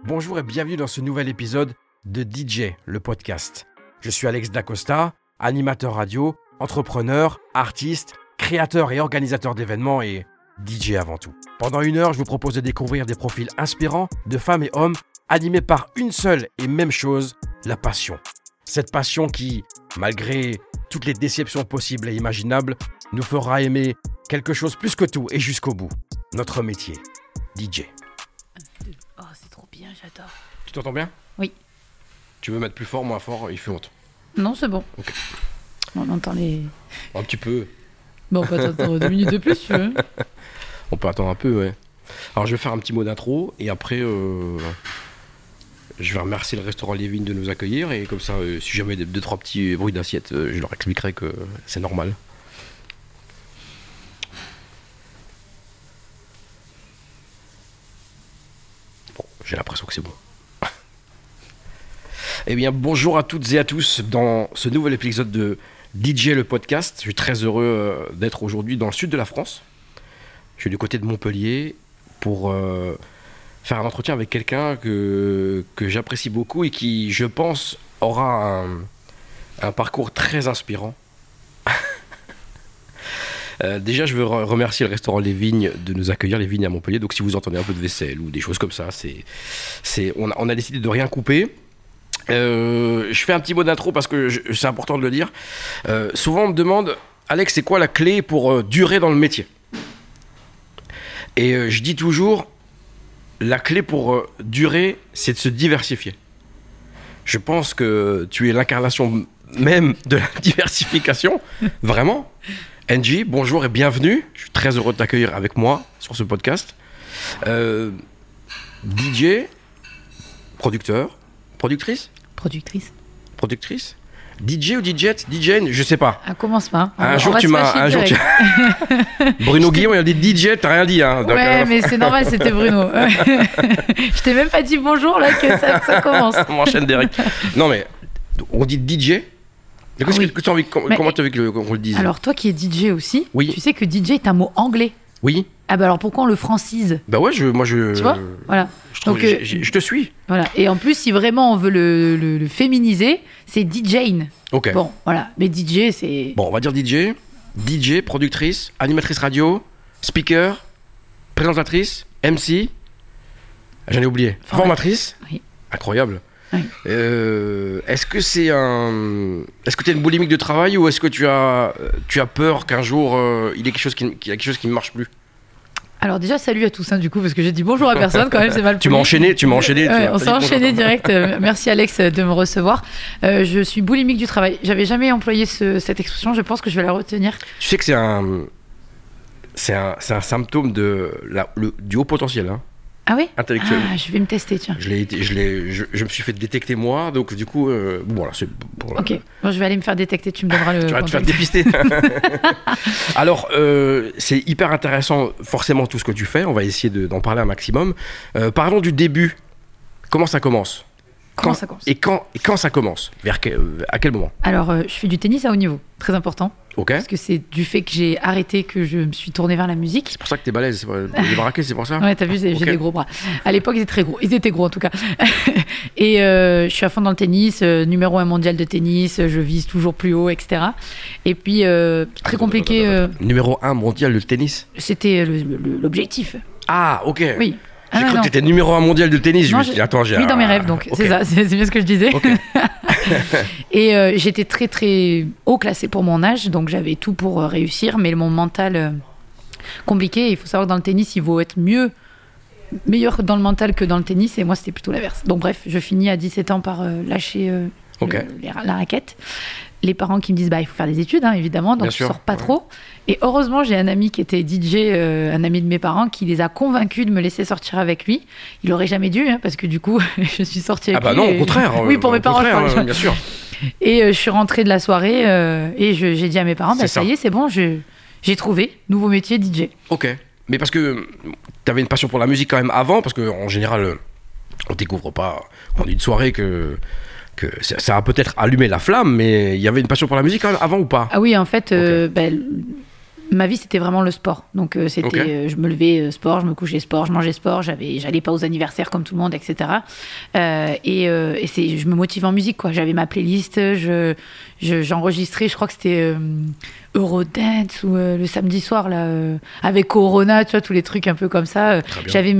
Bonjour et bienvenue dans ce nouvel épisode de DJ, le podcast. Je suis Alex Dacosta, animateur radio, entrepreneur, artiste, créateur et organisateur d'événements et DJ avant tout. Pendant 1 heure, je vous propose de découvrir des profils inspirants de femmes et hommes animés par une seule et même chose, la passion. Cette passion qui, malgré toutes les déceptions possibles et imaginables, nous fera aimer quelque chose plus que tout et jusqu'au bout. Notre métier, DJ. Oh, c'est trop bien, j'adore. Tu t'entends bien ? Oui. Tu veux mettre plus fort, moins fort ? Il fait honte. Non, c'est bon. Ok. On entend les... Un petit peu. Bon, on peut attendre 2 minutes de plus, si tu veux. On peut attendre un peu, ouais. Alors, je vais faire un petit mot d'intro et après, je vais remercier le restaurant Les Vignes de nous accueillir et comme ça, si jamais 2-3 petits bruits d'assiette, je leur expliquerai que c'est normal. Bon, j'ai l'impression que c'est bon. Eh bien, bonjour à toutes et à tous dans ce nouvel épisode de DJ le podcast. Je suis très heureux d'être aujourd'hui dans le sud de la France. Je suis du côté de Montpellier pour faire un entretien avec quelqu'un que j'apprécie beaucoup et qui, je pense, aura un parcours très inspirant. Déjà, je veux remercier le restaurant Les Vignes de nous accueillir, Les Vignes à Montpellier. Donc, si vous entendez un peu de vaisselle ou des choses comme ça, on a décidé de rien couper. Je fais un petit mot d'intro parce que c'est important de le dire. Souvent, on me demande, Alex, c'est quoi la clé pour durer dans le métier ? Et je dis toujours, la clé pour durer, c'est de se diversifier. Je pense que tu es l'incarnation même de la diversification, vraiment. Angie, bonjour et bienvenue. Je suis très heureux de t'accueillir avec moi sur ce podcast. DJ, producteur, productrice ? Productrice ? DJ ou DJ, je sais pas. Ah, commence pas. Un jour tu m'as. Bruno Guillon, il a dit DJ, t'as rien dit. Hein, ouais, mais c'est normal, c'était Bruno. Je t'ai même pas dit bonjour là que ça commence. On enchaîne direct. Non, mais on dit DJ. Mais comment tu as envie qu'on le dise ? Alors, toi qui es DJ aussi, oui. Tu sais que DJ est un mot anglais. Oui. Ah, bah alors pourquoi on le francise ? Bah ouais, tu vois ? Voilà. Je te suis. Voilà. Et en plus, si vraiment on veut le féminiser, c'est DJing. Ok. Bon, voilà. Mais DJ, c'est. Bon, on va dire DJ, productrice, animatrice radio, speaker, présentatrice, MC. J'en ai oublié. Formatrice. Oui. Incroyable. Oui. Est-ce que tu es une boulimique de travail ou est-ce que tu as peur qu'un jour il y ait quelque chose qui ne marche plus ? Alors déjà, salut à tous, du coup, parce que j'ai dit bonjour à personne, quand même, c'est mal poli. Tu m'as enchaîné. Ouais, on s'est enchaîné direct. Merci Alex de me recevoir. Je suis boulimique du travail. J'avais jamais employé cette expression, je pense que je vais la retenir. Tu sais que c'est un symptôme du haut potentiel, hein. Ah oui ? Intellectuel. Ah, je vais me tester, tiens. Je me suis fait détecter moi, donc du coup, voilà, c'est bon. Ok, bon, je vais aller me faire détecter, tu me donneras le. Tu vas te faire dépister. Alors, c'est hyper intéressant, forcément, tout ce que tu fais. On va essayer d'en parler un maximum. Parlons du début. Comment ça commence ? Ça commence ? Et quand ça commence ? À quel moment ? Alors, je fais du tennis à haut niveau, très important. Ok. Parce que c'est du fait que j'ai arrêté que je me suis tournée vers la musique. C'est pour ça que t'es balèze, les baraquets, c'est pour ça ? Ouais, t'as vu, j'ai des gros bras. À l'époque, ils étaient très gros. Ils étaient gros, en tout cas. Et je suis à fond dans le tennis, numéro 1 mondial de tennis, je vise toujours plus haut, etc. Et puis, très compliqué. Numéro 1 mondial de tennis ? C'était l'objectif. Ah, ok. Oui. J'ai cru que t'étais numéro 1 mondial de tennis. Non, je me suis dit, attends, oui, dans mes rêves, donc. Okay. C'est ça, c'est bien ce que je disais. Okay. Et j'étais très, très haut classée pour mon âge, donc j'avais tout pour réussir, mais mon mental compliqué. Il faut savoir que dans le tennis, il vaut être meilleur dans le mental que dans le tennis, et moi, c'était plutôt l'inverse. Donc bref, je finis à 17 ans par lâcher la raquette. Les parents qui me disent, il faut faire des études, hein, évidemment, donc je ne sors pas trop. Et heureusement, j'ai un ami qui était DJ, un ami de mes parents, qui les a convaincus de me laisser sortir avec lui. Il n'aurait jamais dû, hein, parce que du coup, je suis sortie avec lui. Ah bah non, au contraire. Oui, pour mes parents, bien sûr. Et je suis rentrée de la soirée et j'ai dit à mes parents, ça y est, c'est bon, j'ai trouvé, nouveau métier, DJ. Ok, mais parce que tu avais une passion pour la musique quand même avant, parce qu'en général, on ne découvre pas en une soirée que ça a peut-être allumé la flamme, mais il y avait une passion pour la musique quand même avant ou pas ? Ah oui, en fait, Ma vie, c'était vraiment le sport. Donc, je me levais sport, je me couchais sport, je mangeais sport, j'allais pas aux anniversaires comme tout le monde, etc. Je me motive en musique, quoi. J'avais ma playlist, j'enregistrais, je crois que c'était Eurodance ou le samedi soir, là, avec Corona, tu vois, tous les trucs un peu comme ça. J'avais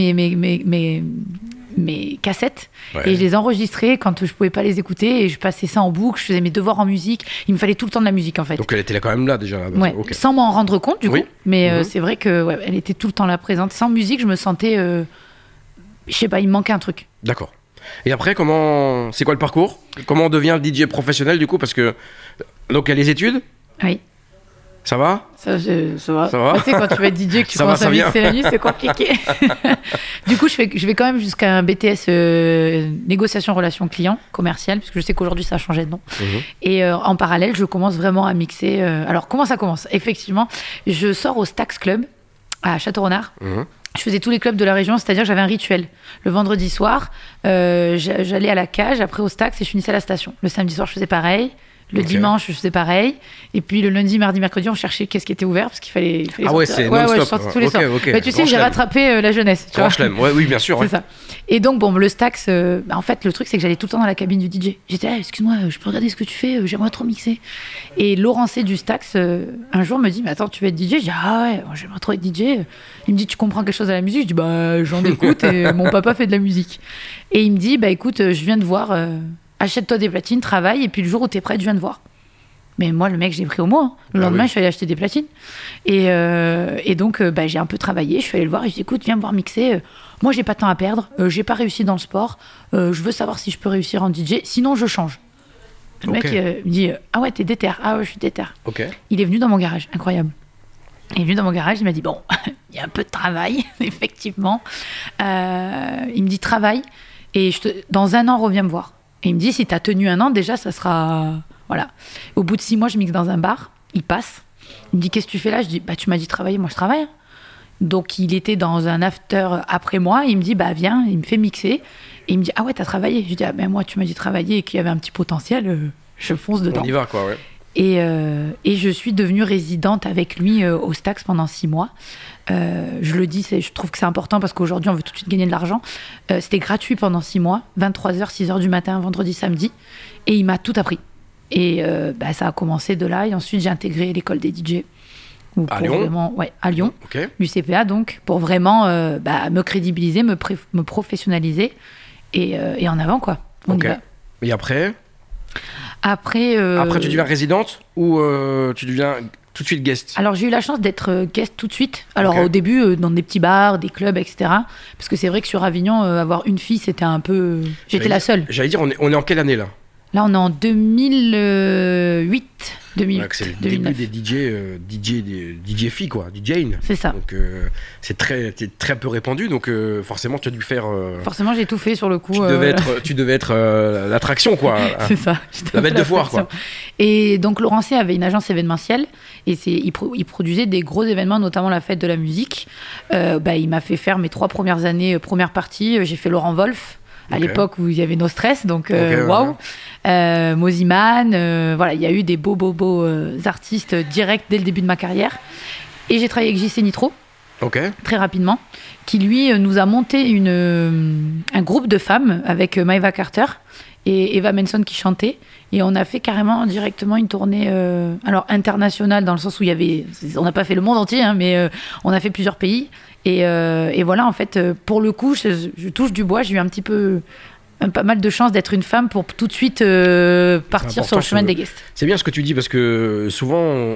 mes cassettes et je les enregistrais quand je pouvais pas les écouter et je passais ça en boucle, je faisais mes devoirs en musique, il me fallait tout le temps de la musique en fait. Donc elle était là quand même là déjà là, sans m'en rendre compte du coup, mais c'est vrai que elle était tout le temps là présente. Sans musique je me sentais je sais pas, il me manquait un truc. D'accord. Et après c'est quoi le parcours? Comment on devient le DJ professionnel du coup? Parce que donc il y a les études. Oui. Ça va? Ça va. Ça va. Tu sais, quand tu vas être DJ, que tu commences à mixer la nuit, c'est compliqué. Du coup, je vais quand même jusqu'à un BTS négociation relation client commercial, parce que je sais qu'aujourd'hui, ça a changé de nom. Et en parallèle, je commence vraiment à mixer. Alors, comment ça commence? Effectivement, je sors au Stax Club à Château-Renard. Je faisais tous les clubs de la région, c'est-à-dire que j'avais un rituel. Le vendredi soir, j'allais à la cage, après au Stax, et je finissais à la station. Le samedi soir, je faisais pareil. Le dimanche, je faisais pareil. Et puis le lundi, mardi, mercredi, on cherchait qu'est-ce qui était ouvert parce qu'il fallait sortir. C'est non-stop. Je sortais tous les soirs. Mais tu sais que j'ai rattrapé la jeunesse. Grand chelem. Oui, bien sûr. C'est ça. Et donc, le Stax, en fait, le truc, c'est que j'allais tout le temps dans la cabine du DJ. J'étais là, excuse-moi, je peux regarder ce que tu fais, j'aimerais trop mixer. Et Laurent C du Stax, un jour, me dit, mais attends, tu veux être DJ? Je dis, ah ouais, moi, j'aimerais trop être DJ. Il me dit, tu comprends quelque chose à la musique? Je dis, bah, j'en écoute et mon papa fait de la musique. Et il me dit, bah, écoute, je viens de voir, achète-toi des platines, travaille, et puis le jour où t'es prêt, je viens de voir. Mais moi, le mec, j'ai pris au mot. Hein. Le lendemain, je suis allée acheter des platines. Et donc, j'ai un peu travaillé. Je suis allée le voir et je lui ai dit, écoute, viens me voir mixer. Moi, j'ai pas de temps à perdre. J'ai pas réussi dans le sport. Je veux savoir si je peux réussir en DJ. Sinon, je change. Le mec me dit, ah ouais, t'es déter. Ah ouais, je suis déter. Il est venu dans mon garage. Incroyable. Il est venu dans mon garage. Il m'a dit, bon, il y a un peu de travail, effectivement. Il me dit, travaille. Et dans 1 an, reviens me voir. Et il me dit, si t'as tenu 1 an, déjà, ça sera... Voilà. Au bout de 6 mois, je mixe dans un bar. Il passe. Il me dit, qu'est-ce que tu fais là? Je dis, bah, tu m'as dit travailler. Moi, je travaille. Donc, il était dans un after après moi. Il me dit, bah, viens. Il me fait mixer. Et il me dit, ah ouais, t'as travaillé? Je dis, ah ben, moi, tu m'as dit travailler et qu'il y avait un petit potentiel. Je fonce dedans. On y va, quoi, ouais. Et je suis devenue résidente avec lui au Stax pendant 6 mois. Je le dis, je trouve que c'est important parce qu'aujourd'hui, on veut tout de suite gagner de l'argent. C'était gratuit pendant 6 mois. 23h, 6h du matin, vendredi, samedi. Et il m'a tout appris. Et ça a commencé de là. Et ensuite, j'ai intégré l'école des DJ. À Lyon? À Lyon. L'UCPA, donc, pour vraiment me crédibiliser, me professionnaliser et en avant, quoi. Et après? Après, tu deviens résidente ou tu deviens tout de suite guest? Alors, j'ai eu la chance d'être guest tout de suite. Alors, au début, dans des petits bars, des clubs, etc. Parce que c'est vrai que sur Avignon, avoir une fille, c'était un peu... J'étais la seule. J'allais dire, on est en quelle année, là? Là, on est en 2008. C'est le 2009. Début des DJ filles, quoi, DJing. C'est ça. Donc, c'est très peu répandu, donc forcément, tu as dû faire... Forcément, j'ai tout fait sur le coup. Tu devais être l'attraction, quoi. C'est ça. La bête de foire, quoi. Et donc, Laurent C avait une agence événementielle, et il produisait des gros événements, notamment la fête de la musique. Il m'a fait faire mes 3 premières années, première partie. J'ai fait Laurent Wolf, à l'époque où il y avait No Stress, donc waouh. Moziman, voilà, il y a eu des beaux artistes directs dès le début de ma carrière. Et j'ai travaillé avec JC Nitro, très rapidement, qui lui nous a monté un groupe de femmes avec Maeva Carter et Eva Manson qui chantait. Et on a fait carrément directement une tournée alors internationale, dans le sens où on n'a pas fait le monde entier, hein, mais on a fait plusieurs pays. Et voilà, en fait, pour le coup, je touche du bois, j'ai eu pas mal de chance d'être une femme pour tout de suite partir sur le chemin des guests. C'est bien ce que tu dis, parce que souvent,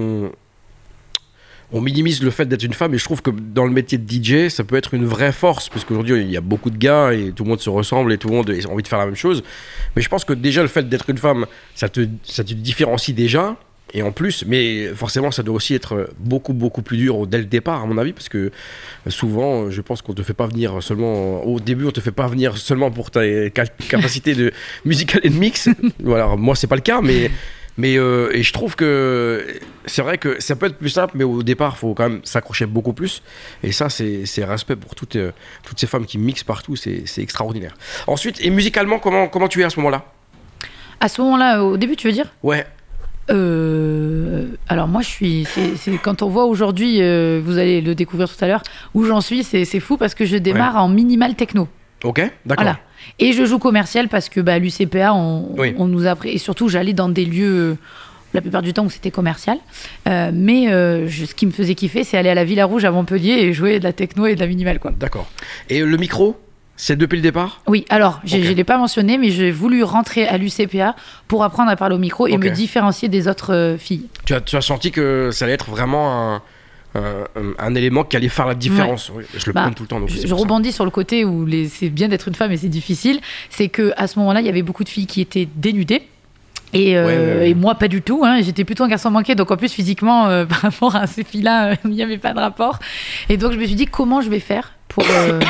on minimise le fait d'être une femme, et je trouve que dans le métier de DJ, ça peut être une vraie force, parce qu'aujourd'hui, il y a beaucoup de gars, et tout le monde se ressemble, et tout le monde a envie de faire la même chose. Mais je pense que déjà, le fait d'être une femme, ça te différencie déjà. Et en plus, mais forcément, ça doit aussi être beaucoup plus dur dès le départ, à mon avis, parce que souvent, je pense qu'on te fait pas venir seulement... Au début, on te fait pas venir seulement pour ta capacité de musical and mix. Voilà, moi, c'est pas le cas, mais et je trouve que c'est vrai que ça peut être plus simple, mais au départ, il faut quand même s'accrocher beaucoup plus. Et ça, c'est respect pour toutes ces femmes qui mixent partout, c'est extraordinaire. Ensuite, et musicalement, comment tu es à ce moment-là? À ce moment-là, au début, tu veux dire? Ouais. Alors moi c'est quand on voit aujourd'hui, vous allez le découvrir tout à l'heure, où j'en suis, c'est fou parce que je démarre en minimal techno. Ok, d'accord. Voilà. Et je joue commercial parce que l'UCPA, on nous a pris, et surtout j'allais dans des lieux la plupart du temps où c'était commercial, mais ce qui me faisait kiffer, c'est aller à la Villa Rouge à Montpellier et jouer de la techno et de la minimal, quoi. D'accord. Et le micro, c'est depuis le départ ? Oui, alors je ne l'ai pas mentionné, mais j'ai voulu rentrer à l'UCPA pour apprendre à parler au micro et me différencier des autres filles. Tu as senti que ça allait être vraiment un élément qui allait faire la différence. Oui, je le prends tout le temps. Donc je rebondis sur le côté où c'est bien d'être une femme et c'est difficile. C'est qu'à ce moment-là, il y avait beaucoup de filles qui étaient dénudées. Et moi, pas du tout. J'étais plutôt un garçon manqué. Donc, en plus, physiquement, par rapport à ces filles-là, il n'y avait pas de rapport. Et donc, je me suis dit, comment je vais faire pour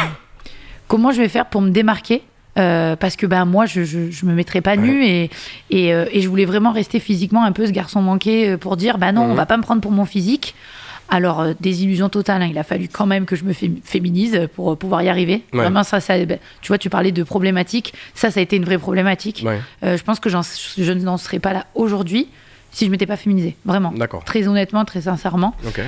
me démarquer parce que moi, je me mettrais pas nue et je voulais vraiment rester physiquement un peu ce garçon manqué pour dire, non, on va pas me prendre pour mon physique. Alors, désillusion totale, il a fallu quand même que je me féminise pour pouvoir y arriver. Ouais. Vraiment, ça, tu vois, tu parlais de problématique. Ça a été une vraie problématique. Ouais. Je pense que je n'en serais pas là aujourd'hui si je ne m'étais pas féminisée. Vraiment. D'accord. Très honnêtement, très sincèrement. Okay.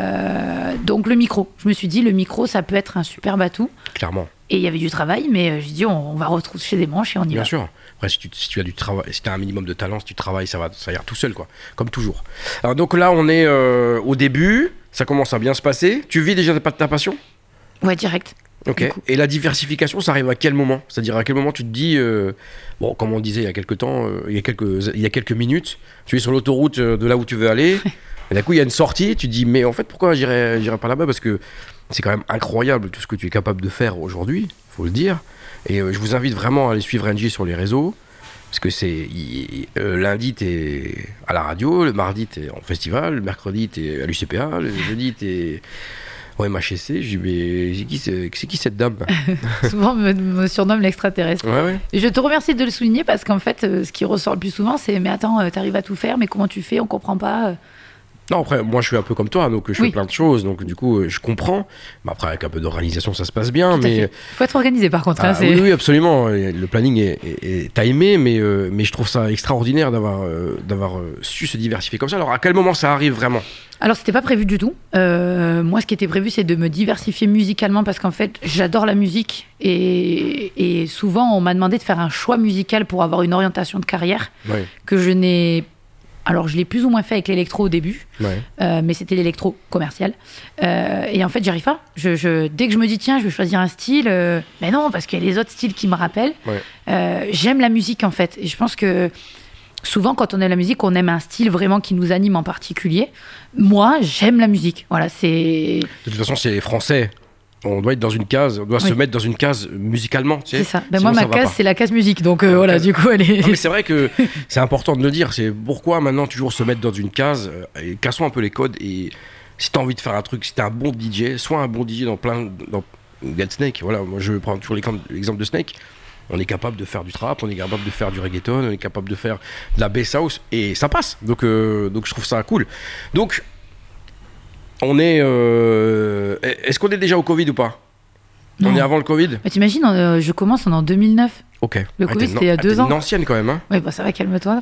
Donc, le micro. Je me suis dit, le micro, ça peut être un super atout. Clairement. Et il y avait du travail, mais j'ai dit, on va retrousser des manches et on y va. Bien sûr. Après, si tu as du travail, si tu as un minimum de talent, si tu travailles, ça ira tout seul, quoi. Comme toujours. Alors, donc là, on est au début. Ça commence à bien se passer. Tu vis déjà ta passion ? Ouais, direct. Ok. Et la diversification, ça arrive à quel moment ? C'est-à-dire à quel moment tu te dis, comme on disait il y a quelques temps, il y a quelques minutes, tu es sur l'autoroute de là où tu veux aller. Et d'un coup, il y a une sortie. Tu te dis, mais en fait, pourquoi j'irai pas là-bas ? Parce que c'est quand même incroyable tout ce que tu es capable de faire aujourd'hui, faut le dire. Et je vous invite vraiment à aller suivre NJ sur les réseaux. Parce que lundi, t'es à la radio, le mardi, t'es en festival, le mercredi, t'es à l'UCPA, le jeudi, t'es au MHSC. Je dis, mais c'est qui cette dame ? Souvent, on me surnomme l'extraterrestre. Ouais. Et je te remercie de le souligner parce qu'en fait, ce qui ressort le plus souvent, c'est « Mais attends, t'arrives à tout faire, mais comment tu fais ? On comprend pas. » Non, après, moi, je suis un peu comme toi, donc je fais plein de choses, donc du coup, je comprends. Mais après, avec un peu d'organisation, ça se passe bien. Il faut être organisé, par contre. Oui, absolument. Le planning est timé, mais je trouve ça extraordinaire d'avoir su se diversifier comme ça. Alors, à quel moment ça arrive vraiment ? Alors, c'était pas prévu du tout. Moi, ce qui était prévu, c'est de me diversifier musicalement, parce qu'en fait, j'adore la musique. Et souvent, on m'a demandé de faire un choix musical pour avoir une orientation de carrière que je n'ai pas. Alors, je l'ai plus ou moins fait avec l'électro au début, mais c'était l'électro commercial. Et en fait, j'y arrive pas. Dès que je me dis, tiens, je vais choisir un style, mais non, parce qu'il y a les autres styles qui me rappellent. J'aime la musique, en fait. Et je pense que souvent, quand on aime la musique, on aime un style vraiment qui nous anime en particulier. Moi, j'aime la musique. Voilà, de toute façon, c'est les Français. On doit être dans une case, on doit se mettre dans une case musicalement. Tu sais. C'est ça. Moi, ma case, c'est la case musique. Donc voilà, du coup, elle est. Non, mais c'est vrai que c'est important de le dire. C'est pourquoi maintenant toujours se mettre dans une case. Et cassons un peu les codes. Et si t'as envie de faire un truc, si t'es un bon DJ, sois un bon DJ dans Get Snake. Voilà, moi je prends toujours l'exemple de Snake. On est capable de faire du trap, on est capable de faire du reggaeton, on est capable de faire de la bass house et ça passe. Donc je trouve ça cool. Donc on est. Est-ce qu'on est déjà au Covid ou pas ? Non. On est avant le Covid ? Bah, t'imagines, je commence en 2009. Ok. Le Covid, c'était il y a 2 ans. T'es une ancienne quand même, hein ? Oui, ça va, calme-toi.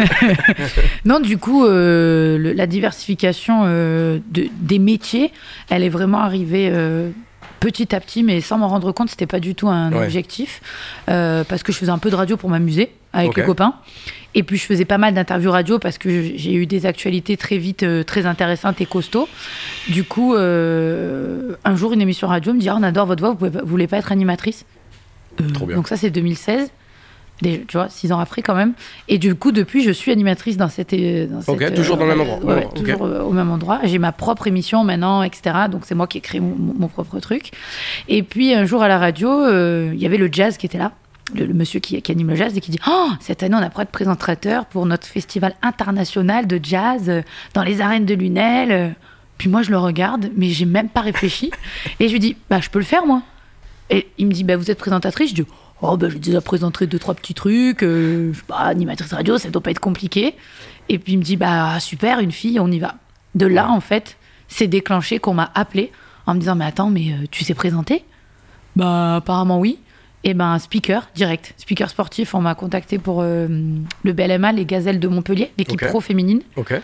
Non, du coup, la diversification des métiers, elle est vraiment arrivée petit à petit, mais sans m'en rendre compte, c'était pas du tout un objectif. Parce que je faisais un peu de radio pour m'amuser avec les copains. Et puis, je faisais pas mal d'interviews radio parce que j'ai eu des actualités très vite, très intéressantes et costauds. Du coup, un jour, une émission radio me dit « on adore votre voix, vous voulez pas être animatrice ?» Trop bien. Donc ça, c'est 2016. Tu vois, 6 ans après quand même. Et du coup, depuis, je suis animatrice dans cette toujours dans le même endroit. Toujours au même endroit. J'ai ma propre émission maintenant, etc. Donc c'est moi qui ai créé mon propre truc. Et puis, un jour à la radio, il y avait le jazz qui était là. Le monsieur qui anime le jazz et qui dit « Oh, cette année, on a pas de présentateur pour notre festival international de jazz dans les arènes de Lunel. » Puis moi, je le regarde, mais j'ai même pas réfléchi. Et je lui dis « Bah, je peux le faire, moi. » Et il me dit « Bah, vous êtes présentatrice ?» Je dis « Oh, bah, j'ai déjà présenté 2-3 petits trucs. Je sais pas, animatrice radio, ça doit pas être compliqué. » Et puis il me dit « Bah, super, une fille, on y va. » De là, en fait, c'est déclenché qu'on m'a appelé en me disant « Mais attends, mais tu sais présenter ?» Bah, apparemment, oui. Et ben speaker direct, speaker sportif, on m'a contacté pour le BLMA, les Gazelles de Montpellier, l'équipe pro féminine.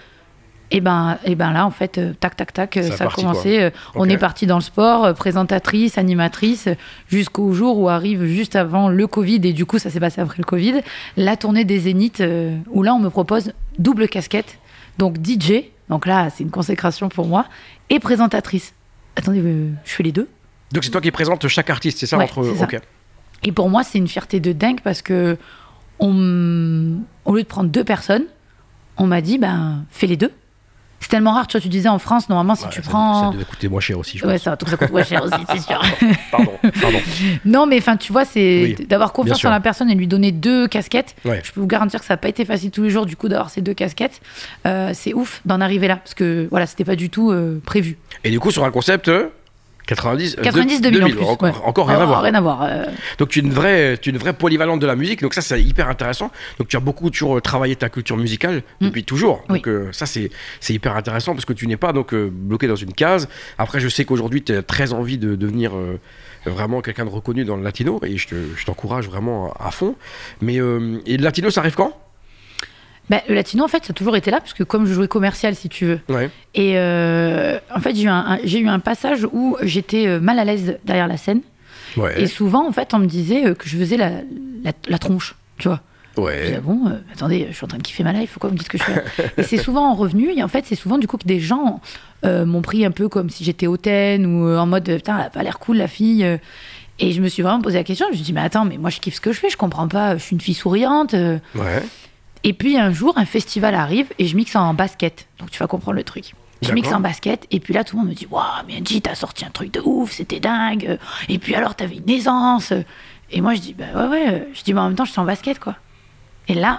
Et ben là en fait tac ça a commencé. On est parti dans le sport, présentatrice, animatrice, jusqu'au jour où arrive juste avant le Covid, et du coup ça s'est passé après le Covid, la tournée des Zéniths où là on me propose double casquette, donc DJ, donc là c'est une consécration pour moi, et présentatrice. Attendez, je fais les deux. Donc c'est toi qui présentes chaque artiste, c'est ça? Ouais, c'est ça. Et pour moi, c'est une fierté de dingue parce que, au lieu de prendre 2 personnes, on m'a dit, fais les 2. C'est tellement rare, tu vois, tu disais en France, normalement, si tu prends... Ça devait coûter moins cher aussi, je pense. Ouais, ça coûte moins cher aussi, c'est sûr. Pardon. Non, mais enfin, tu vois, c'est d'avoir confiance en la personne et lui donner 2 casquettes. Ouais. Je peux vous garantir que ça n'a pas été facile tous les jours, du coup, d'avoir ces 2 casquettes. C'est ouf d'en arriver là, parce que, voilà, c'était pas du tout prévu. Et du coup, sur un concept... 90 2000 en plus. Encore rien à voir. Rien à voir. Donc tu es une vraie polyvalente de la musique, donc ça c'est hyper intéressant. Donc tu as beaucoup toujours travaillé ta culture musicale depuis toujours. Donc ça c'est hyper intéressant parce que tu n'es pas donc bloqué dans une case. Après je sais qu'aujourd'hui tu as très envie de devenir vraiment quelqu'un de reconnu dans le latino et je t'encourage vraiment à fond. Mais et le latino ça arrive quand? Le latino, en fait, ça a toujours été là, parce que comme je jouais commercial, si tu veux. Ouais. Et en fait, j'ai eu un passage où j'étais mal à l'aise derrière la scène. Ouais. Et souvent, en fait, on me disait que je faisais la tronche, tu vois. Ouais. Je dis, bon, attendez, je suis en train de kiffer ma life, pourquoi vous me dites que je fais? Et c'est souvent revenu, et en fait, c'est souvent du coup que des gens m'ont pris un peu comme si j'étais hautaine, ou en mode, putain, elle a pas l'air cool, la fille. Et je me suis vraiment posé la question, je me suis dit, mais attends, mais moi, je kiffe ce que je fais, je comprends pas, je suis une fille souriante. Ouais. Et puis un jour, un festival arrive et je mixe en basket. Donc tu vas comprendre le truc. Je mixe en basket et puis là, tout le monde me dit « Waouh, mais Angie, t'as sorti un truc de ouf, c'était dingue. Et puis alors, t'avais une aisance. » Et moi, je dis « ouais. » Je dis « Mais en même temps, je suis en basket, quoi. » Et là,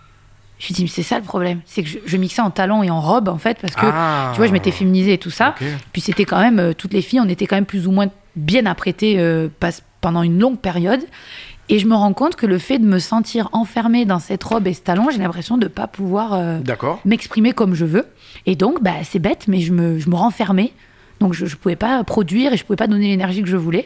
je dis « Mais c'est ça le problème. C'est que je mixais en talons et en robe, en fait, parce que, tu vois, je m'étais féminisée et tout ça. Okay. Puis c'était quand même, toutes les filles, on était quand même plus ou moins bien apprêtées pendant une longue période. Et je me rends compte que le fait de me sentir enfermée dans cette robe et ce talon, j'ai l'impression de ne pas pouvoir m'exprimer comme je veux. Et donc, c'est bête, mais je me renfermais. Donc, je ne pouvais pas produire et je ne pouvais pas donner l'énergie que je voulais.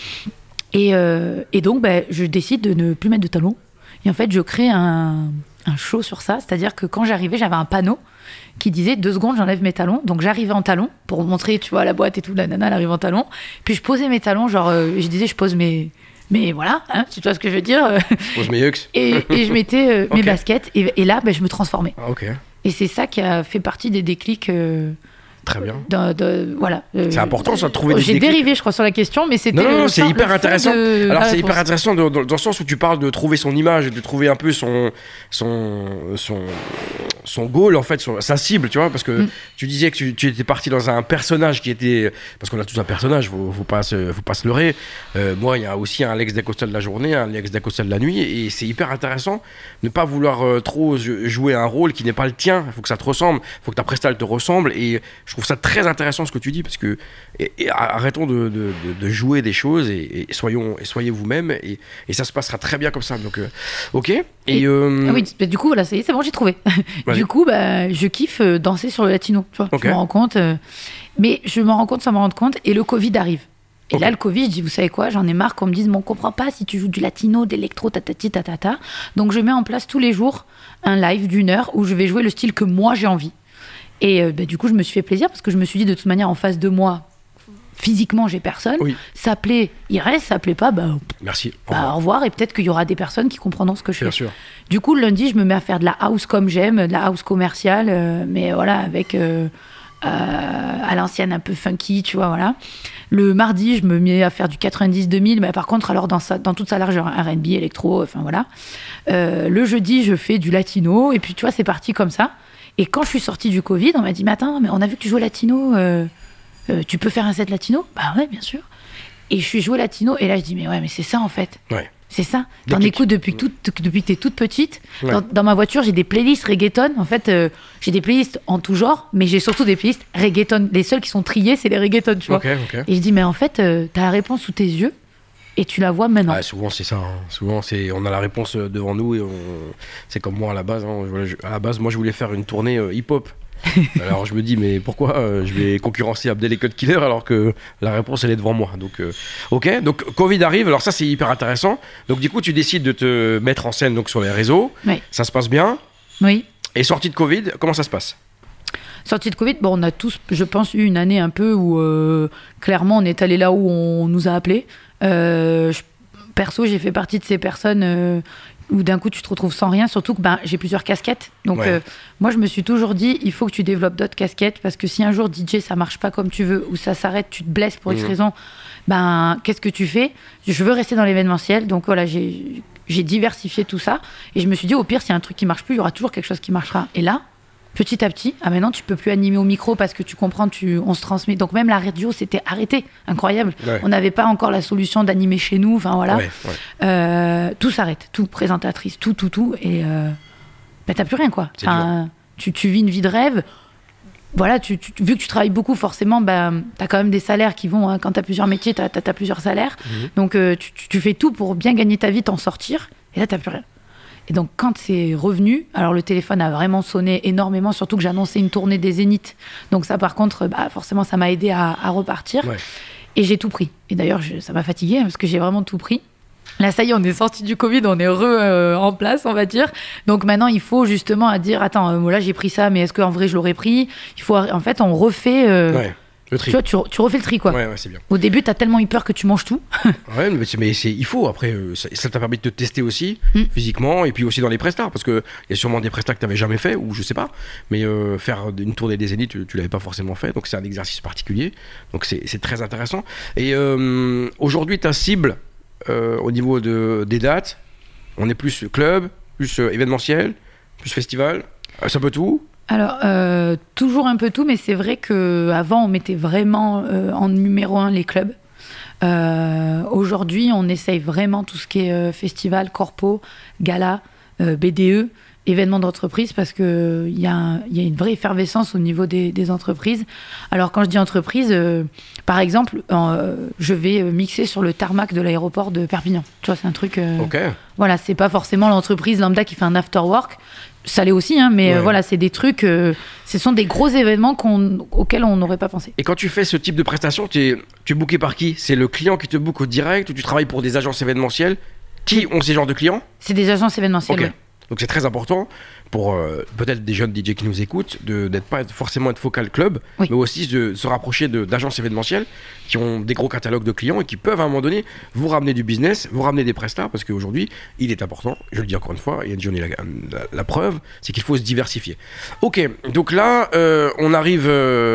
Et donc, je décide de ne plus mettre de talons. Et en fait, je crée un show sur ça. C'est-à-dire que quand j'arrivais, j'avais un panneau qui disait 2 secondes, j'enlève mes talons. Donc, j'arrivais en talons pour montrer, tu vois, à la boîte et tout, la nana, elle arrive en talons. Puis, je posais mes talons, genre, je disais, je pose mes... Mais voilà, hein, tu vois ce que je veux dire. Pose mes yucks. Et je mettais mes baskets. Et là, je me transformais. Okay. Et c'est ça qui a fait partie des déclics. Très bien. Voilà. C'est important, ça, de trouver des déclics. J'ai dérivé, je crois, sur la question, mais c'était... Non, c'est hyper intéressant. Alors, c'est hyper intéressant dans le sens où tu parles de trouver son image, de trouver un peu son goal, en fait, sa cible, tu vois, parce que tu disais que tu étais parti dans un personnage qui était... Parce qu'on a tous un personnage, faut pas se leurrer. Moi, il y a aussi un Alex Dacosta de la journée, un Alex Dacosta de la nuit, et c'est hyper intéressant de ne pas vouloir trop jouer un rôle qui n'est pas le tien. Il faut que ça te ressemble, il faut que ta presta te ressemble, et je trouve ça très intéressant ce que tu dis, parce que arrêtons de jouer des choses et soyez vous-même, et ça se passera très bien comme ça. Donc, ok. Oui, du coup, voilà, c'est bon, j'ai trouvé. Du coup, je kiffe danser sur le latino. Tu vois, okay. Je me rends compte. Mais je me rends compte sans me rendre compte. Et le Covid arrive. Et là, le Covid, je dis, vous savez quoi, j'en ai marre qu'on me dise, mais on comprend pas si tu joues du latino, d'électro, tatati, tatata. Donc, je mets en place tous les jours un live d'1 heure où je vais jouer le style que moi, j'ai envie. Et du coup, je me suis fait plaisir parce que je me suis dit, de toute manière, en face de moi, physiquement, j'ai personne. Oui. Ça plaît, il reste. Ça plaît pas, merci. Au revoir. Et peut-être qu'il y aura des personnes qui comprendront ce que je fais. Bien sûr. Du coup, le lundi, je me mets à faire de la house comme j'aime, de la house commerciale, mais voilà, avec à l'ancienne un peu funky, tu vois, voilà. Le mardi, je me mets à faire du 90-2000, mais par contre, alors dans toute sa largeur, R&B, électro, enfin voilà. Le jeudi, je fais du latino, et puis tu vois, c'est parti comme ça. Et quand je suis sortie du Covid, on m'a dit, mais attends, mais on a vu que tu jouais latino, tu peux faire un set latino? Bah ouais, bien sûr. Et je suis joué latino, et là, je dis, mais ouais, mais c'est ça en fait. Ouais. C'est ça. T'en écoutes depuis que t'es toute petite. Ouais. Dans ma voiture, j'ai des playlists reggaeton. En fait, j'ai des playlists en tout genre, mais j'ai surtout des playlists reggaeton. Les seules qui sont triées, c'est les reggaeton, tu vois. Okay. Et je dis, mais en fait, t'as la réponse sous tes yeux et tu la vois maintenant. Souvent, c'est ça. Hein. Souvent, on a la réponse devant nous et c'est comme moi à la base. Hein. À la base, moi, je voulais faire une tournée hip-hop. Alors je me dis, mais pourquoi je vais concurrencer Abdel et Cut Killer alors que la réponse elle est devant moi. Donc, ok, donc Covid arrive, alors ça c'est hyper intéressant. Donc du coup tu décides de te mettre en scène donc, sur les réseaux, Oui. Ça se passe bien. Oui. Et sortie de Covid, comment ça se passe? Sortie de Covid, bon, on a tous, je pense, eu une année un peu où clairement on est allé là où on nous a appelés. Perso, j'ai fait partie de ces personnes où d'un coup tu te retrouves sans rien, surtout que j'ai plusieurs casquettes. Donc moi je me suis toujours dit, il faut que tu développes d'autres casquettes parce que si un jour DJ ça marche pas comme tu veux ou ça s'arrête, tu te blesses pour X raison, qu'est-ce que tu fais? Je veux rester dans l'événementiel, donc voilà, j'ai diversifié tout ça et je me suis dit au pire s'il y a un truc qui marche plus, il y aura toujours quelque chose qui marchera. Et là, petit à petit, maintenant tu peux plus animer au micro parce que tu comprends, on se transmet. Donc même la radio c'était arrêté, incroyable. Ouais. On n'avait pas encore la solution d'animer chez nous, enfin voilà. Tout s'arrête, tout, présentatrice, tout. Et t'as plus rien quoi. Tu vis une vie de rêve. Voilà, vu que tu travailles beaucoup, forcément, t'as quand même des salaires qui vont. Quand t'as plusieurs métiers, t'as plusieurs salaires. Donc tu fais tout pour bien gagner ta vie, t'en sortir. Et là t'as plus rien. Et donc, quand c'est revenu, alors le téléphone a vraiment sonné énormément, surtout que j'annonçais une tournée des Zéniths. Donc ça, par contre, forcément, ça m'a aidé à repartir. Ouais. Et j'ai tout pris. Et d'ailleurs, ça m'a fatiguée parce que j'ai vraiment tout pris. Là, ça y est, on est sorti du Covid, on est heureux en place, on va dire. Donc maintenant, il faut justement à dire, attends, là, j'ai pris ça, mais est-ce qu'en vrai, je l'aurais pris? En fait, on refait... Le tri. Tu vois, tu refais le tri, quoi. Ouais, c'est bien. Au début, t'as tellement eu peur que tu manges tout. Ouais, mais il faut. Après, ça t'a permis de te tester aussi, physiquement, et puis aussi dans les prestats, parce qu'il y a sûrement des prestats que t'avais jamais fait, ou je sais pas, mais faire une tournée des Zéniths, tu l'avais pas forcément fait, donc c'est un exercice particulier, donc c'est très intéressant. Et aujourd'hui, ta cible, au niveau des dates, on est plus club, plus événementiel, plus festival, c'est un peu tout. Alors, toujours un peu tout, mais c'est vrai qu'avant, on mettait vraiment en numéro 1 les clubs. Aujourd'hui, on essaye vraiment tout ce qui est festival, corpo, gala, BDE, événements d'entreprise, parce qu'il y a une vraie effervescence au niveau des entreprises. Alors, quand je dis entreprise, par exemple, je vais mixer sur le tarmac de l'aéroport de Perpignan. Tu vois, c'est un truc... Voilà, c'est pas forcément l'entreprise lambda qui fait un after-work. Ça l'est aussi, hein, mais voilà, c'est des trucs... ce sont des gros événements auxquels on n'aurait pas pensé. Et quand tu fais ce type de prestation, tu es booké par qui? C'est le client qui te book au direct ou tu travailles pour des agences événementielles? Qui ont ces genres de clients? C'est des agences événementielles, okay. Donc c'est très important pour peut-être des jeunes DJ qui nous écoutent d'être pas forcément être focal club, mais aussi de se rapprocher d'agences événementielles qui ont des gros catalogues de clients et qui peuvent à un moment donné vous ramener du business, vous ramener des prestats, parce qu'aujourd'hui il est important, je le dis encore une fois, et j'en ai la preuve, c'est qu'il faut se diversifier. Ok, donc là on arrive,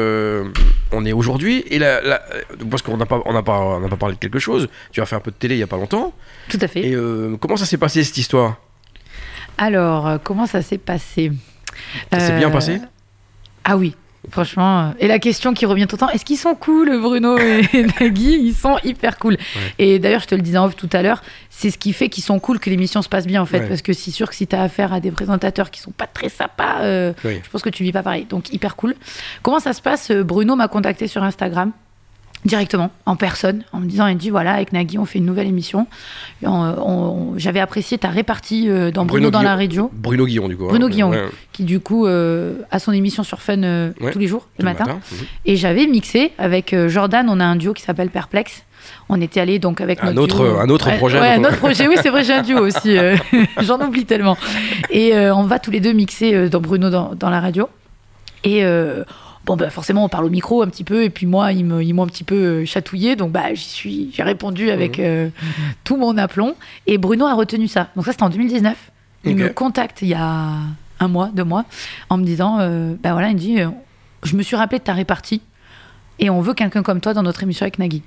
on est aujourd'hui, et parce qu'on n'a pas parlé de quelque chose, tu as fait un peu de télé il y a pas longtemps. Tout à fait. Et comment ça s'est passé cette histoire? Alors, comment ça s'est passé? Ça s'est bien passé? Ah oui, franchement. Et la question qui revient tout le temps, est-ce qu'ils sont cool, Bruno et Nagui? Ils sont hyper cool. Ouais. Et d'ailleurs, je te le disais en off tout à l'heure, c'est ce qui fait qu'ils sont cool, que l'émission se passe bien, en fait. Parce que c'est sûr que si tu as affaire à des présentateurs qui sont pas très sympas, je pense que tu vis pas pareil. Donc, hyper cool. Comment ça se passe? Bruno m'a contacté sur Instagram. Directement, en personne, en me disant, il dit voilà, avec Nagui on fait une nouvelle émission. J'avais apprécié ta répartie dans Bruno dans la radio. Bruno Guillon du coup. Bruno Guillon, qui du coup a son émission sur Fun tous les jours, le matin. Et j'avais mixé avec Jordan, on a un duo qui s'appelle Perplexe. On était allé donc avec un autre projet. Ouais, un autre projet, oui c'est vrai, j'ai un duo aussi, j'en oublie tellement. Et on va tous les deux mixer dans Bruno dans la radio. Et... Bon, forcément, on parle au micro un petit peu, et puis moi, ils m'ont un petit peu chatouillé, donc j'ai répondu avec tout mon aplomb, et Bruno a retenu ça. Donc ça, c'était en 2019. Il me contacte il y a 1 mois, 2 mois, en me disant, voilà, il me dit, je me suis rappelé de ta répartie, et on veut quelqu'un comme toi dans notre émission avec Nagui.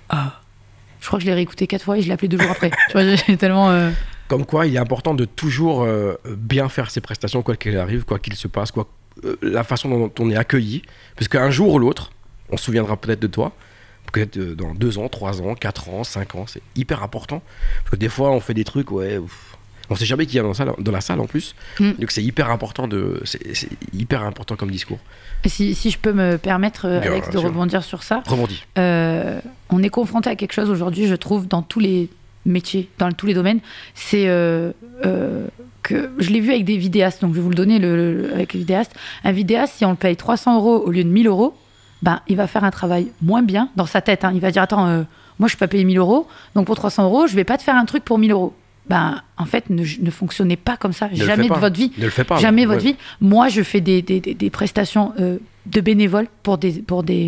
Je crois que je l'ai réécouté 4 fois, et je l'ai appelé 2 jours après. Tu vois, j'ai tellement... Comme quoi, il est important de toujours bien faire ses prestations, quoi qu'il arrive, quoi qu'il se passe, la façon dont on est accueilli, parce qu'un jour ou l'autre, on se souviendra peut-être de toi, peut-être dans 2 ans, 3 ans, 4 ans, 5 ans, c'est hyper important, parce que des fois on fait des trucs, on sait jamais qui y a dans la salle en plus, donc c'est hyper important c'est hyper important comme discours. Si je peux me permettre, Alex, de rebondir sur ça. Rebondis. On est confronté à quelque chose aujourd'hui, je trouve, dans tous les métiers, dans tous les domaines, c'est que je l'ai vu avec des vidéastes, donc je vais vous le donner avec les vidéastes. Un vidéaste, si on le paye 300 € au lieu de 1000 €, ben, il va faire un travail moins bien dans sa tête. Hein. Il va dire, attends, moi je ne suis pas payé 1000 €, donc pour 300 €, je ne vais pas te faire un truc pour 1000 €. Ben, en fait, ne fonctionnez pas comme ça, jamais de votre vie. Ne le faites pas. Jamais votre vie. Moi, je fais des prestations de bénévoles pour des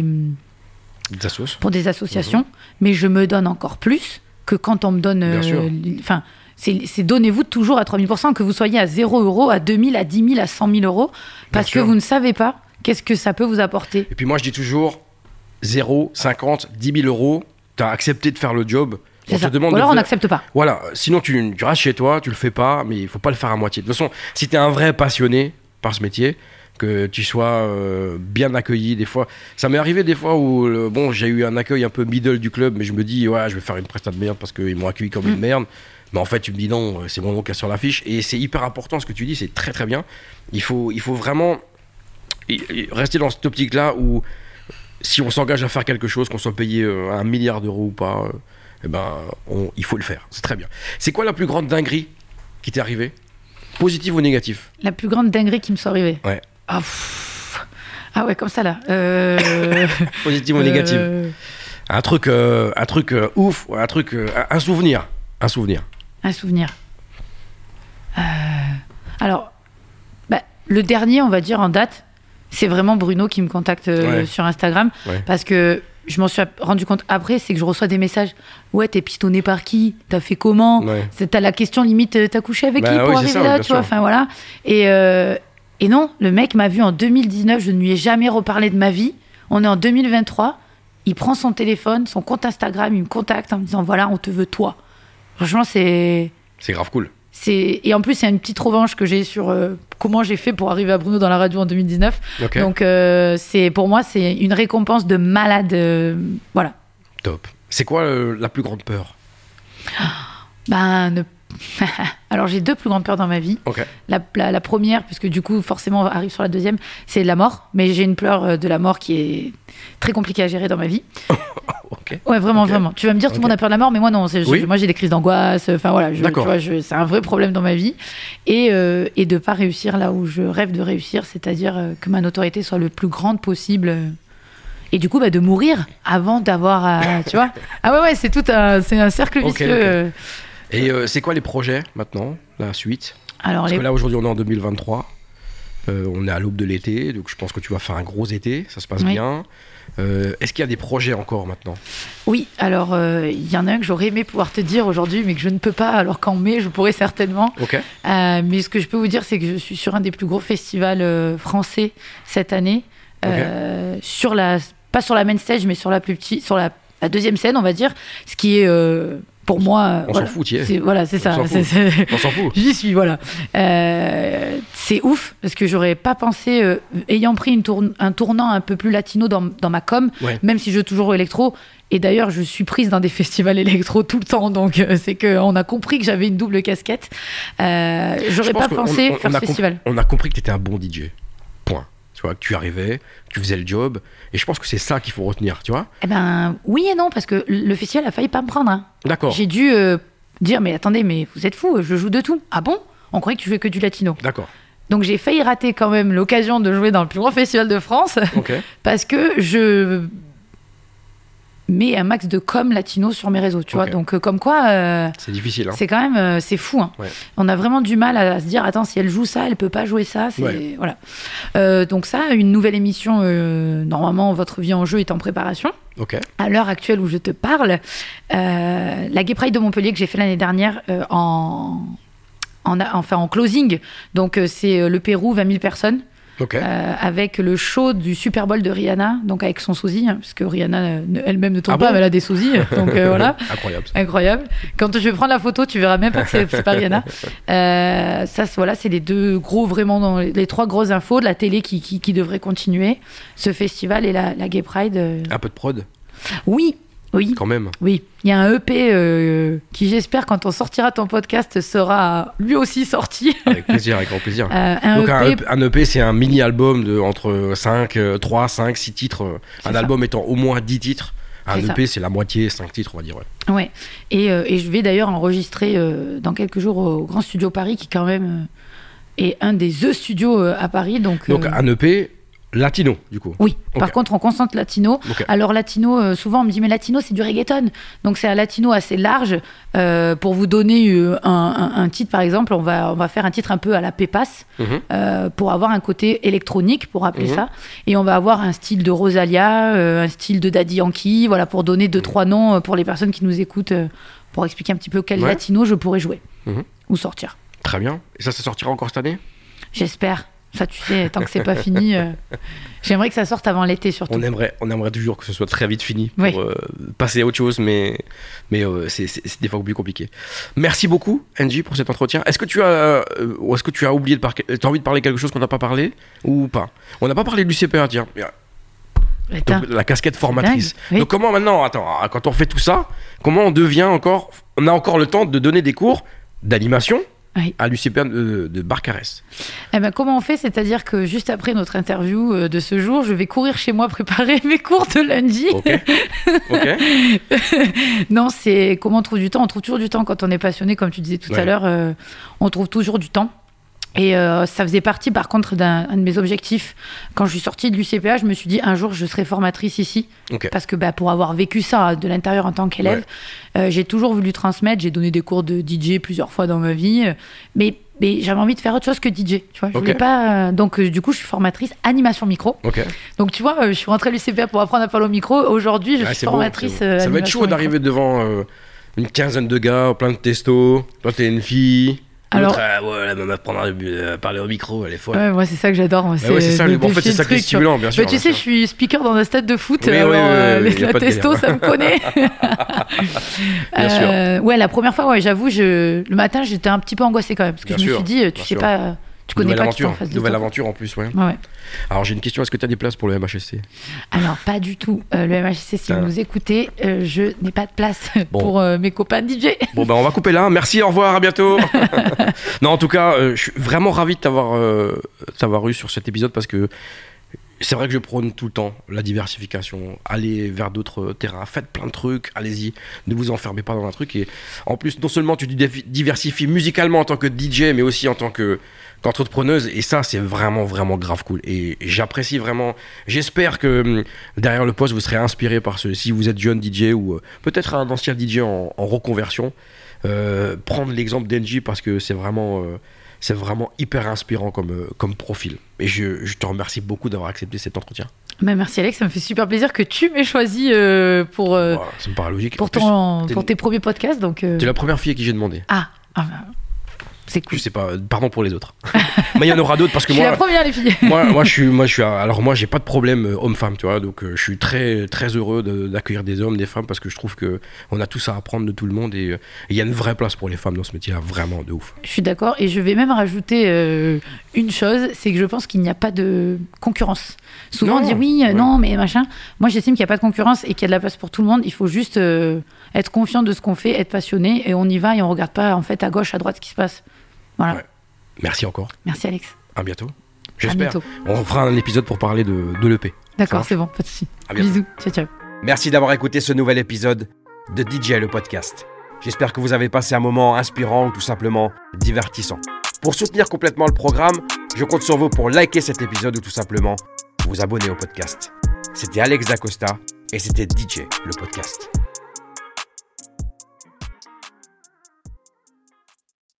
associations, mais je me donne encore plus que quand on me donne... Enfin, c'est donnez-vous toujours à 3000%, que vous soyez à 0 €, à 2000, à 10 000, à 100 000 €, parce que vous ne savez pas qu'est-ce que ça peut vous apporter. Et puis moi, je dis toujours 0, 50, 10 000 €, tu as accepté de faire le job. On te demande ou alors on n'accepte pas. Voilà, sinon tu restes chez toi, tu le fais pas, mais il faut pas le faire à moitié. De toute façon, si tu es un vrai passionné par ce métier, que tu sois bien accueilli, des fois, ça m'est arrivé des fois où j'ai eu un accueil un peu middle du club, mais je me dis ouais, je vais faire une prestation de merde parce qu'ils m'ont accueilli comme une merde. Mais en fait, tu me dis non, c'est mon nom qui est sur l'affiche. Et c'est hyper important ce que tu dis, c'est très très bien. Il faut vraiment rester dans cette optique-là où si on s'engage à faire quelque chose, qu'on soit payé 1 milliard d'euros ou pas, il faut le faire. C'est très bien. C'est quoi la plus grande dinguerie qui t'est arrivée ? Positive ou négative ? La plus grande dinguerie qui me soit arrivée ? Ouais. Ah ouais, comme ça là. Positive ou négative ? Un truc ouf, un souvenir. Un souvenir. Alors, le dernier, on va dire en date, c'est vraiment Bruno qui me contacte sur Instagram, parce que je m'en suis rendu compte après, c'est que je reçois des messages. Ouais, t'es pistonné par qui ? T'as fait comment ? T'as la question limite, t'as couché avec qui pour arriver là, tu vois ? Enfin voilà. Et non, le mec m'a vu en 2019, je ne lui ai jamais reparlé de ma vie. On est en 2023, il prend son téléphone, son compte Instagram, il me contacte en me disant voilà, on te veut toi. Franchement, c'est grave cool. Et en plus, c'est une petite revanche que j'ai sur comment j'ai fait pour arriver à Bruno dans la radio en 2019. Okay. Donc, pour moi, c'est une récompense de malade. Voilà. Top. C'est quoi la plus grande peur ? Alors, j'ai 2 plus grandes peurs dans ma vie. Okay. La première, puisque du coup, forcément, on arrive sur la deuxième, c'est la mort. Mais j'ai une peur de la mort qui est très compliquée à gérer dans ma vie. Okay. Ouais, vraiment. Tu vas me dire, tout le monde a peur de la mort, mais moi, non. Moi, j'ai des crises d'angoisse. Enfin, voilà, tu vois, c'est un vrai problème dans ma vie. Et de ne pas réussir là où je rêve de réussir, c'est-à-dire que ma notoriété soit le plus grande possible. Et du coup, de mourir avant d'avoir... tu vois ? Ah ouais, c'est un cercle vicieux. Okay. Et c'est quoi les projets maintenant, la suite ? Parce que là, aujourd'hui, on est en 2023. On est à l'aube de l'été, donc je pense que tu vas faire un gros été, ça se passe bien. Est-ce qu'il y a des projets encore maintenant ? Oui, alors il y en a un que j'aurais aimé pouvoir te dire aujourd'hui, mais que je ne peux pas, alors qu'en mai, je pourrais certainement. Okay. Mais ce que je peux vous dire, c'est que je suis sur un des plus gros festivals français cette année. Okay. Pas sur la main stage, mais sur la plus petite, sur la deuxième scène, on va dire, ce qui est... pour moi, on s'en fout, c'est ça. On s'en fout. J'y suis, voilà. C'est ouf, parce que j'aurais pas pensé, ayant pris un tournant un peu plus latino dans ma com, même si je joue toujours au électro. Et d'ailleurs, je suis prise dans des festivals électro tout le temps, donc c'est qu'on a compris que j'avais une double casquette. J'aurais pas pensé faire ce festival. On a compris que tu étais un bon DJ. Point. Tu vois, que tu arrivais, tu faisais le job, et je pense que c'est ça qu'il faut retenir, tu vois. Oui et non, parce que le festival a failli pas me prendre. Hein. D'accord. J'ai dû dire, mais attendez, mais vous êtes fous, je joue de tout. Ah bon ? On croyait que tu jouais que du latino. D'accord. Donc j'ai failli rater quand même l'occasion de jouer dans le plus grand festival de France, parce que je mets un max de com latino sur mes réseaux, tu vois. Donc comme quoi... c'est difficile. Hein. C'est quand même... c'est fou. Hein. Ouais. On a vraiment du mal à se dire, attends, si elle joue ça, elle peut pas jouer ça. Voilà. Donc ça, une nouvelle émission, normalement, Votre vie en jeu est en préparation. À l'heure actuelle où je te parle, la Gay Pride de Montpellier que j'ai fait l'année dernière en closing. Donc c'est le Pérou, 20 000 personnes. Avec le show du Super Bowl de Rihanna, donc avec son sosie, parce que Rihanna elle-même ne tourne pas, mais elle a des sosies, donc voilà. Incroyable. Quand je vais prendre la photo, tu verras même pas que c'est pas Rihanna. C'est les 2 gros, vraiment, les 3 grosses infos de la télé qui devraient continuer, ce festival et la Gay Pride. Un peu de prod ? Oui. Quand même. Oui, il y a un EP qui, j'espère, quand on sortira ton podcast, sera lui aussi sorti. Avec plaisir, avec grand plaisir. Un EP, c'est un mini-album entre 3, 5, 6 titres. Un album étant au moins 10 titres. Un EP, c'est la moitié, 5 titres, on va dire. Ouais. Et je vais d'ailleurs enregistrer dans quelques jours au Grand Studio Paris, qui quand même est un des studios à Paris. Donc un EP latino, du coup. Oui, par contre, on concentre latino. Alors, latino, souvent, on me dit, mais latino, c'est du reggaeton. Donc, c'est un latino assez large. Pour vous donner un titre, par exemple, on va faire un titre un peu à la Pépas, pour avoir un côté électronique, pour appeler ça. Et on va avoir un style de Rosalia, un style de Daddy Yankee, voilà, pour donner 2-3 noms pour les personnes qui nous écoutent, pour expliquer un petit peu quel latino je pourrais jouer ou sortir. Très bien. Et ça sortira encore cette année ? J'espère. Ça, tu sais, tant que c'est pas fini, j'aimerais que ça sorte avant l'été surtout. On aimerait toujours que ce soit très vite fini pour passer à autre chose, mais c'est des fois plus compliqué. Merci beaucoup, Angie, pour cet entretien. Est-ce que tu as oublié t'as envie de parler quelque chose qu'on n'a pas parlé ou pas ? On n'a pas parlé du CPA, tiens. Donc, la casquette formatrice. Oui. Donc comment maintenant, quand on fait tout ça, comment on a encore le temps de donner des cours d'animation à l'UCPA de Barcarès. Eh ben, comment on fait ? C'est-à-dire que juste après notre interview de ce jour, je vais courir chez moi préparer mes cours de lundi. Ok. Non, c'est comment on trouve du temps ? On trouve toujours du temps quand on est passionné, comme tu disais tout à l'heure. On trouve toujours du temps. Et ça faisait partie, par contre, d'un de mes objectifs. Quand je suis sortie de l'UCPA, je me suis dit, un jour, je serai formatrice ici. Parce que pour avoir vécu ça de l'intérieur en tant qu'élève, j'ai toujours voulu transmettre. J'ai donné des cours de DJ plusieurs fois dans ma vie. Mais j'avais envie de faire autre chose que DJ. Tu vois, je voulais pas... Donc, du coup, je suis formatrice animation micro. Donc, tu vois, je suis rentrée à l'UCPA pour apprendre à parler au micro. Aujourd'hui, je suis formatrice animation Ça va être chaud d'arriver devant une quinzaine de gars, plein de testos. Toi, t'es une fille... Alors, elle va m'apprendre à parler au micro, elle est folle. Ouais, moi c'est ça que j'adore. Moi, c'est ça, en fait c'est ça qui est stimulant, bien sûr. Tu sais, je suis speaker dans un stade de foot, la testo, ça me connaît. Bien sûr. Ouais, la première fois, j'avoue, le matin j'étais un petit peu angoissée quand même, parce que je me suis dit, tu sais pas, tu connais pas qui est en face de toi. Nouvelle aventure en plus, ouais. Alors j'ai une question, est-ce que tu as des places pour le MHSC ? Alors pas du tout. Le MHSC, si vous nous écoutez, je n'ai pas de place pour mes copains DJ. Bon on va couper là. Merci, au revoir, à bientôt. Non, en tout cas, je suis vraiment ravi de t'avoir eu sur cet épisode parce que c'est vrai que je prône tout le temps la diversification. Allez vers d'autres terrains, faites plein de trucs, allez-y, ne vous enfermez pas dans un truc. Et en plus, non seulement tu diversifies musicalement en tant que DJ, mais aussi en tant qu'entrepreneuse, et ça c'est vraiment vraiment grave cool, et j'apprécie vraiment. J'espère que derrière le poste vous serez inspiré par si vous êtes jeune DJ ou peut-être un ancien DJ en reconversion, prendre l'exemple d'Engie parce que c'est vraiment hyper inspirant comme profil, et je te remercie beaucoup d'avoir accepté cet entretien. Merci Alex, ça me fait super plaisir que tu m'aies choisi pour ça me paraît logique. Pour tes premiers podcasts, donc t'es la première fille à qui j'ai demandé. C'est cool. Je sais pas, pardon pour les autres. Mais il y en aura d'autres parce que je suis la première, les filles. moi j'ai pas de problème homme-femme, tu vois, donc je suis très très heureux d'accueillir des hommes, des femmes, parce que je trouve que on a tous à apprendre de tout le monde, et il y a une vraie place pour les femmes dans ce métier-là, vraiment de ouf. Je suis d'accord, et je vais même rajouter une chose, c'est que je pense qu'il n'y a pas de concurrence. Souvent on dit non mais machin. Moi j'estime qu'il n'y a pas de concurrence et qu'il y a de la place pour tout le monde. Il faut juste être confiant de ce qu'on fait, être passionné, et on y va et on regarde pas en fait à gauche, à droite ce qui se passe. Voilà. Ouais. Merci encore. Merci Alex. À bientôt. J'espère. On fera un épisode pour parler de l'EP. D'accord, c'est bon, pas de soucis. Bisous, ciao. Merci d'avoir écouté ce nouvel épisode de DJ le podcast. J'espère que vous avez passé un moment inspirant ou tout simplement divertissant. Pour soutenir complètement le programme, je compte sur vous pour liker cet épisode ou tout simplement vous abonner au podcast. C'était Alex Dacosta et c'était DJ le podcast.